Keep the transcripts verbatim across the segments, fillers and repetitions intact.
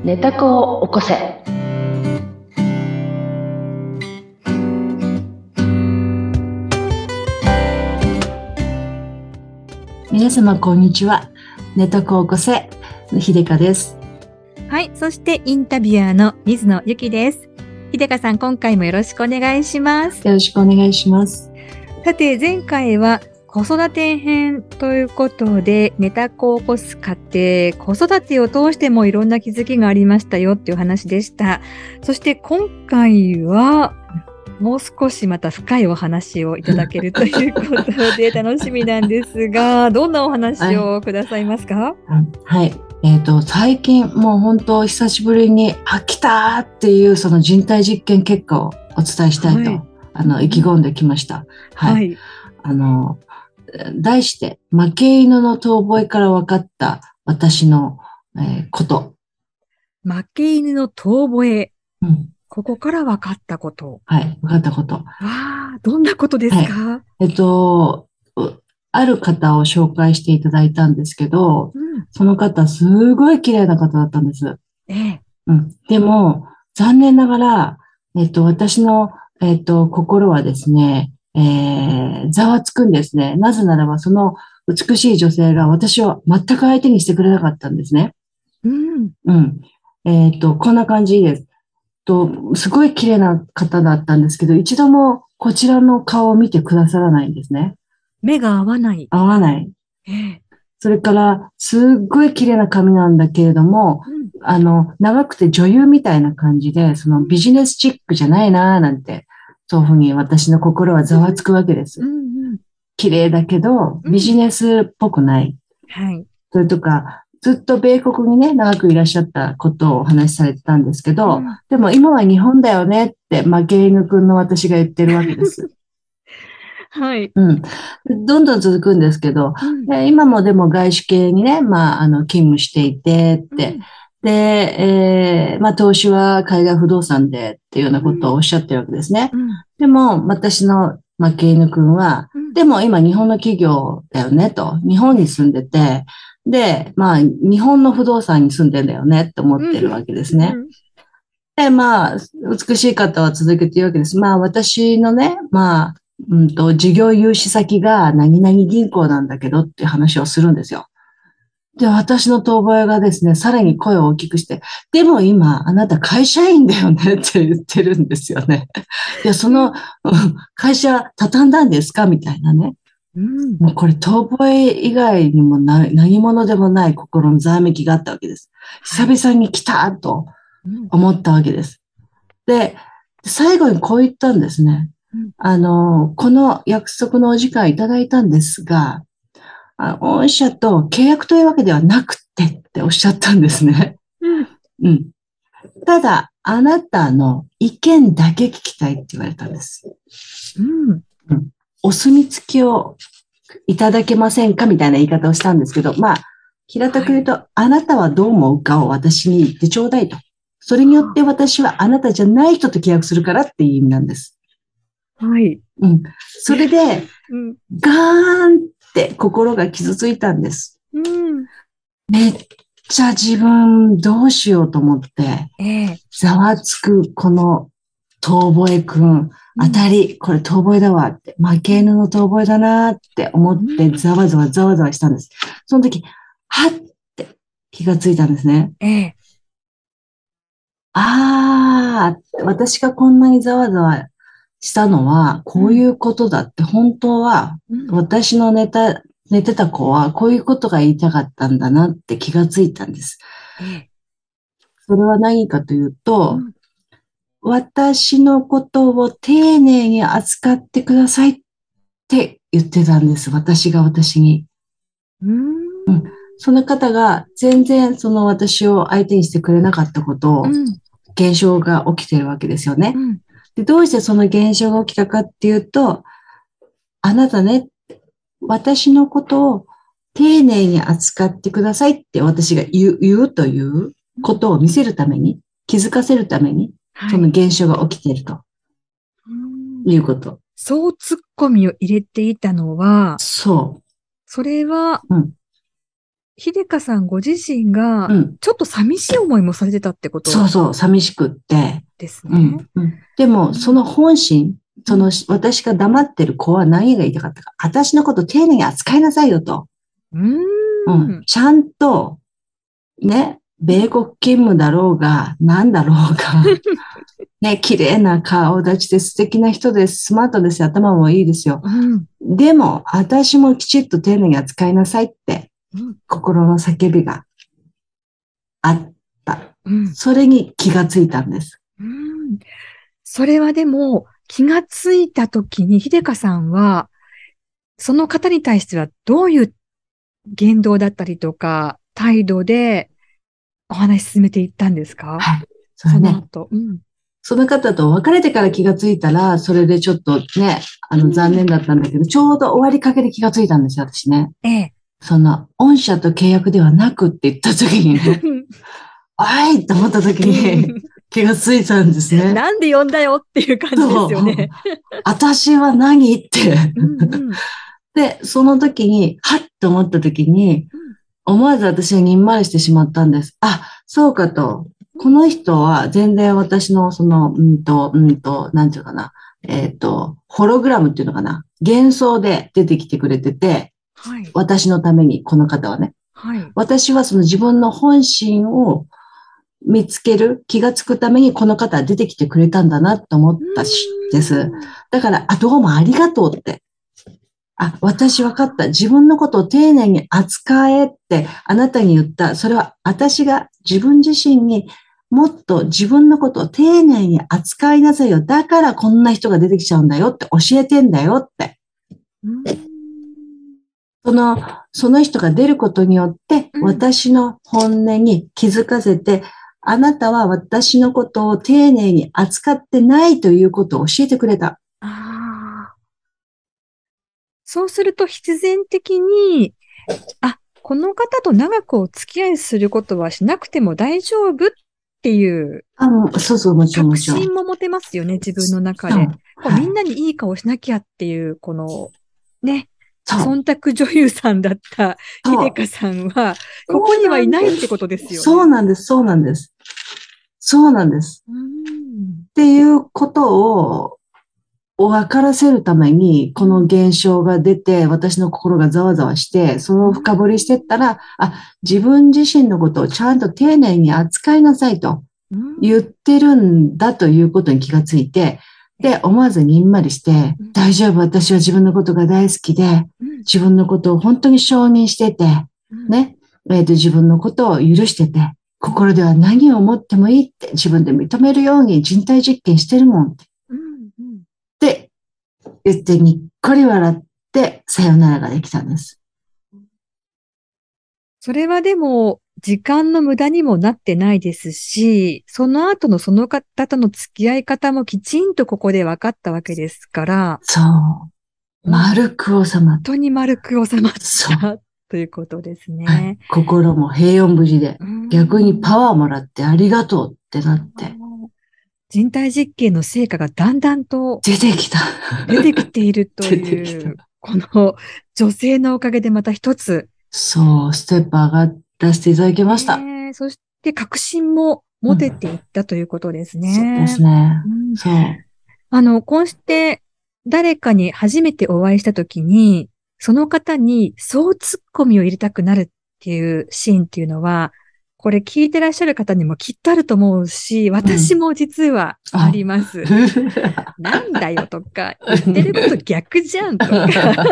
寝た子を起こせ。 皆様こんにちは。寝た子を起こせの秀香です。 はい、そしてインタビュアーの水野由紀です。秀香さん、今回もよろしくお願いします。 よろしくお願いします。 さて、前回は子育て編ということで、寝た子を起こす家庭、子育てを通してもいろんな気づきがありましたよっていう話でした。そして今回は、もう少しまた深いお話をいただけるということで楽しみなんですが、どんなお話をくださいますか？ はい。えっと、最近もう本当久しぶりに、あ、来たーっていうその人体実験結果をお伝えしたいと、はい、あの、意気込んできました。はい。はい、あの、題して、負け犬の遠吠えから分かった私の、えー、こと。 負け犬の遠吠え。 うん。 ここから分かったこと。 はい、分かったこと。わあ、どんなことですか？ はい、えっと、ある方を紹介していただいたんですけど、うん、その方、すごい綺麗な方だったんです。 ええ。 うん。でも、残念ながら、えっと、私の、えっと、心はですね、えー、ざわつくんですね。なぜならば、その美しい女性が私を全く相手にしてくれなかったんですね。 うん。 うん。えっと、こんな感じです。と、すごい綺麗な方だったんですけど、一度もこちらの顔を見てくださらないんですね。 目が合わない。 合わない。 ええ。 それから、すっごい綺麗な髪なんだけれども、うん、あの、長くて女優みたいな感じで、そのビジネスチックじゃないなーなんて、そういうふうに私の心はざわつくわけです。うんうん、綺麗だけど、ビジネスっぽくない。 うん、はい。 それとか、ずっと米国にね、長くいらっしゃったことをお話しされてたんですけど、うん、でも今は日本だよねって、負け犬くんの私が言ってるわけです。 はい。 うん。どんどん続くんですけど、うん、で今もでも外資系にね、まあ、あの、勤務していてって、うん、で、えー、まあ、投資は海外不動産でっていうようなことをおっしゃってるわけですね。うん、でも、私の、負け犬くんは、うん、でも今日本の企業だよねと、日本に住んでて、で、まあ、日本の不動産に住んでんだよねって思ってるわけですね。うん、で、まあ、美しい方は続けているわけです。まあ、私のね、まあ、うんと、事業融資先が何々銀行なんだけどっていう話をするんですよ。で、私の遠吠えがですね、さらに声を大きくして、でも今、あなた会社員だよねって言ってるんですよね。いや、その、うん、会社畳んだんですかみたいなね。うん、もうこれ、遠吠え以外にも何者でもない心のざわめきがあったわけです。久々に来たと思ったわけです。で、最後にこう言ったんですね。あの、この約束のお時間いただいたんですが、あ御社と契約というわけではなくてっておっしゃったんですね。うん。うん。ただ、あなたの意見だけ聞きたいって言われたんです。うん。うん、お墨付きをいただけませんかみたいな言い方をしたんですけど、まあ、平たく言うと、はい、あなたはどう思うかを私に言ってちょうだいと。それによって私はあなたじゃない人と契約するからっていう意味なんです。 はい。 うん。それで、うん、ガーンって心が傷ついたんです。うん、めっちゃ自分どうしようと思って、えー、ざわつくこの遠吠えくん、当たり、これ遠吠えだわって、負け犬の遠吠えだなって思ってざわざわざわざわしたんです。その時、はって気がついたんですね。えー、あー、私がこんなにざわざわしたのは、こういうことだって、本当は、私の寝た、寝てた子は、こういうことが言いたかったんだなって気がついたんです。それは何かというと、私のことを丁寧に扱ってくださいって言ってたんです。私が私に。うん、その方が全然その私を相手にしてくれなかったことを、現象が起きてるわけですよね。うんで、どうしてその現象が起きたかっていうと、あなたね、私のことを丁寧に扱ってくださいって私が言う、言うということを見せるために、気づかせるために、その現象が起きていると、はい、いうこと。 そうツッコミを入れていたのは、 そう。 それは、 秀香さんご自身が、 うん。 ちょっと寂しい思いもされてたってことそうそう、寂しくって。 ですね。 うん。うん。でも、そうん。 の本心、その、私が黙ってる子は何が言いたかったか。私のこと丁寧に扱いなさいよと。 うーうん。 ん。 ちゃんと、ね、米国勤務だろうが、なんだろうが、ね、綺麗な顔立ちで素敵な人です。スマートですよ。頭もいいですよ。 うん。 でも、私もきちっと丁寧に扱いなさいって、 うん。 心の叫びがあった。 うん。 それに気がついたんです。 うん。それはでも、気がついたときに、秀香さんは、その方に対してはどういう言動だったりとか、態度でお話し進めていったんですか？ はい。それそのね、 後。うん。 その方と別れてから気がついたら、それでちょっとね、あの、残うん。 念だったんだけど、ちょうど終わりかけで気がついたんですよ、私ね。 ええ。 その、御社と契約ではなくって言った時にね、あいと思った時に気がついたんですね。 なんで呼んだよっていう感じですよそう。 ね。 私は何ってうんうん。 で、その時に、はっと思った時に、 うん。 思わず私はにんまりしてしまったんです。あ、そうかと。この人は全然私のその、うんと、うんと、なんていうかな。えっと、ホログラムっていうのかな。幻想で出てきてくれてて、 はい。 私のために、この方はね。 はい。 私はその自分の本心を見つける、気がつくためにこの方は出てきてくれたんだなと思っうたし、です。 ーん。 だから、あ、どうもありがとうって。あ、私分かった。 あ自分のことを丁寧に扱えってあなたに言った。それは私が自分自身にもっと自分のことを丁寧に扱いなさいよ。だからこんな人が出てきちゃうんだよって教えてんだよって。 ーうーん。 その、その人が出ることによってうん。 私の本音に気づかせて、あなたは私のことを丁寧に扱ってないということを教えてくれた。 ああ。そうすると必然的に、あ、この方と長くお付き合いすることはしなくても大丈夫っていうあ、もうそうそう、もちろん、も確ちろん。 信も持てますよね、自分の中そう。 で。こうはい。 みんなにいい顔しなきゃっていう、この、ね、 そう。 忖度女優さんだった秀そう。 香さんは、ここそうなにはいんです。 ないってことですよね。 そうなんです。そうなんです。そうなんです。 うーん。 っていうことを分からせるために、このうん。 現象が出て、私の心がざわざわして、それうーを深掘りしていったん。 ら、あ、自分自身のことをちゃんと丁寧に扱いなさいとうーん。 言ってるんだということに気がついて、で、思わずにんまりして、 うん。 大丈夫、私は自分のことが大好きで、 うん。 自分のことを本当に承認してて、 うん。 ね、えっと、自分のことを許してて、 うん。 心では何を思ってもいいって自分で認めるように人体実験してるもんっうん。うん。 て言ってにっこり笑ってさよならができたんです。 それはでも、時間の無駄にもなってないですし、その後のその方との付き合い方もきちんとここで分かったわけですから、 そう。 本丸く収まった。 当に丸く収まっそう。 たということですはい。 ね。 心も平穏無事で、 うー逆にパん。 ワーもらってありがとうってなって、 人体実験の成果がだんだんと出てきた。 出てきていると出てきた。 いう、この女性のおかげでまた一つ、 そう、ステップ上がらせていただきました。 ねえ、そして確信も持てうん。 ていったということですそうでね。 すね。 うん、 そう。 あの、こうして誰かに初めてお会いしたときに、その方に総ツッコミを入れたくなるっていうシーンっていうのは、これ聞いてらっしゃる方にもきっとあると思うし、 うん。 私も実はああ、 ります。なんだよとか、言ってること逆じゃんとか、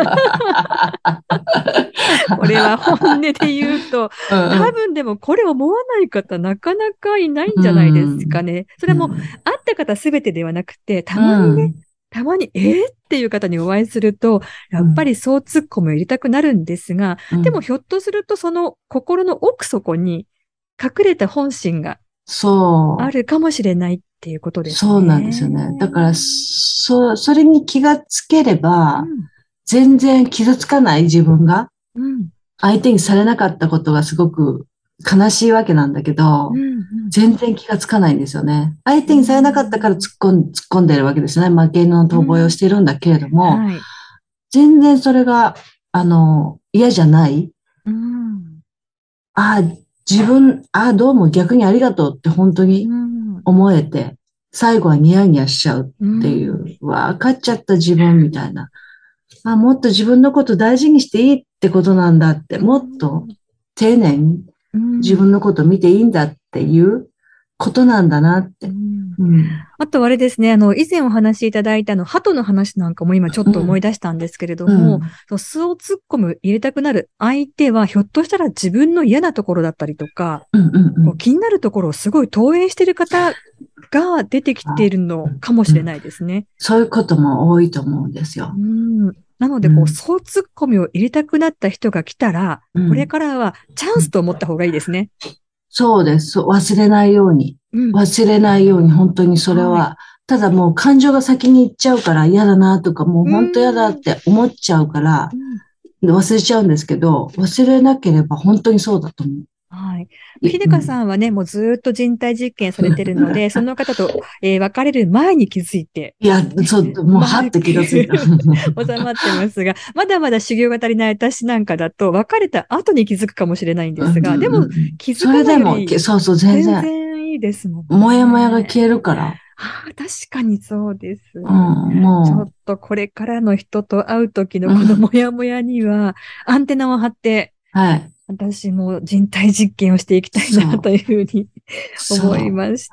これは本音で言うと、多分でもこれ思わない方なかなかいないんうじゃないですかん。 ね。それはもううん。 会った方すべてではなくて、たうまにね、 ん。 たまに、えー、っていう方にお会いすると、やっぱうん。 りそう突っ込みを入れたくなるんですが、 うん。 でもひょっとするとその心の奥底に隠れた本心があそう。 るかもしれないっていうことですそうなんですよね。だから、 ね。 そ、それに気がつければ、 うん、 全然傷つかない自分がうん、 相手にされなかったことがすごく悲しいわけなんだけど、 うん、 全然気がつかないんですよね。相う手にされなかったからん、 突っ込ん、突っ込んでるわけですね。負けのうん、 遠吠えをしてるんだけれども、 はい。 全然それが、あの、嫌じゃない。 うんあ、自分、あ、どうも逆にありがとうって本当にうん思えて、最後はニヤニヤしちゃううっていんう、わかっちゃった自分みたいな。あ、もっと自分のこと大事にしていいってことなんだって、 うもっとん丁寧にうん自分のこと見ていいんだっていうことなんだなっうて。 んうん。 あとあれですね、あの、以前お話しいただいたあの、鳩の話なんかも今ちょっと思いうん。 出したんですけれども、 うん。 その素を突っ込む、入れたくなる相手は、ひょっとしたら自分の嫌なところだったりとか、 うん。うん。うん。 こう気になるところをすごい投影している方が出てきていあ、 るのうん。 かもしれうん。 ないですね。 そういうことも多いと思うんですうよ。 ん。なので、こう、 うん。 総ツッコミを入れたくなった人が来たら、これうん。 からはチャンスうん。 と思った方がいいですね。 そうです。そう、忘れないように。 うん。 忘れないように、本当にそれはい。 は。ただもう感情が先に行っちゃうから嫌だなとか、もうう本当嫌だっん。 て思っちゃうから、 うん。 忘れちゃうんですけど、忘れなければ本当にそうだと思う。 はい。 い、 ひでかうん。 さんはね、もうずーっと人体実験されてるので、その方と、えー別れる前に気づいて、 いや、 ね、 そう、もうはまあ、 って気がついた。 収まってますが、まだまだ修行が足りない私なんかだと、別れた後に気づくかもしれないんでうんうんすが、でもうんうん。 気づかそれでも、 ないよりけそうそう、全全然、 然いいですもんもやもやがね。 消えるから。 ああ、確かにそうです。 うん、 ちょっもとこれからの人と会う時のう、うこのモん、 ヤモヤには、アンテナを張って、 はい。 私も人体実験をしていきたいそなというふうにう、 思いそました。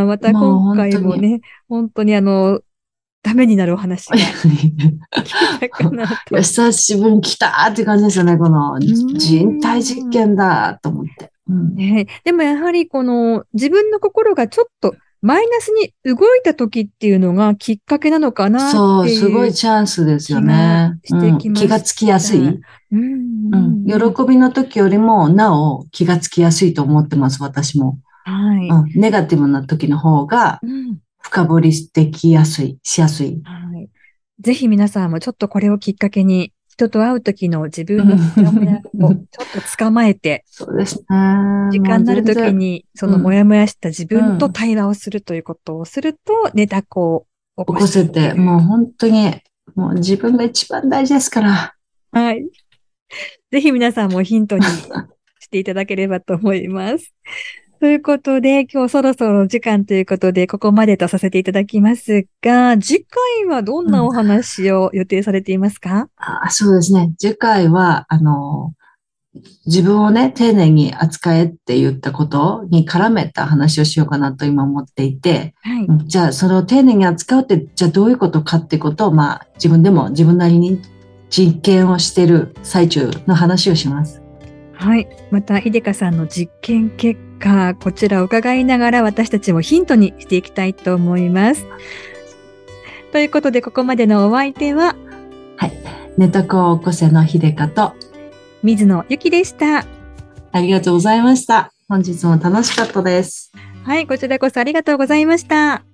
まう。もうた今本当に。 回もね、本当にあの、ためになるお話が聞けたかなと。 久しぶりに来たーって感じですよね。このうー人体実ん。 験だと思って。うん。 ね、でもやはりこの自分の心がちょっとマイナスに動いた時っていうのがきっかけなのかなっそう、すごいていうチャンスですよ気がね。 してうん。気きましがつきやすた。 い。 うんううん。喜んうん。 びの時よりも、なお気がつきやすいと思ってます、私も。 はい。 うん。ネガティブな時の方が、 うん。 深掘りできやすい、しやすい。 はい。ぜひ皆さんもちょっとこれをきっかけに、人と会う時の自う分のモヤモヤをん。 ちょっと捕まえて、 そうですね。もう時間になる全然。 時に、そのモうん。 ヤモヤした自う分とん。 対話をするということをすると、ネタこを起起こしていこせて、もうける。 本当に、もう自分が一番大事ですから。 はい。ぜひ皆さんもヒントにしていただければと思います。ということで、今日そろそろ時間ということで、ここまでとさせていただきますが、次回はどんうん。 なお話を予定されていますか？ あ、そうですね。次回は、あの、自分をね、丁寧に扱えって言ったことに絡めた話をしようかなと今思っていて、 はい。 うん、じゃあそれを丁寧に扱うって、じゃあどういうことかってことを、まあ自分でも自分なりに実験をしている最中の話をします。 はい。また、ひでかさんの実験結果、こちらを伺いながら私たちもヒントにしていきたいと思います。ということで、ここまでのお相手は、 はい。寝床を起こせの秀香と、 水野ゆきでした。 ありがとうございました。本日も楽しかったです。 はい。こちらこそありがとうございました。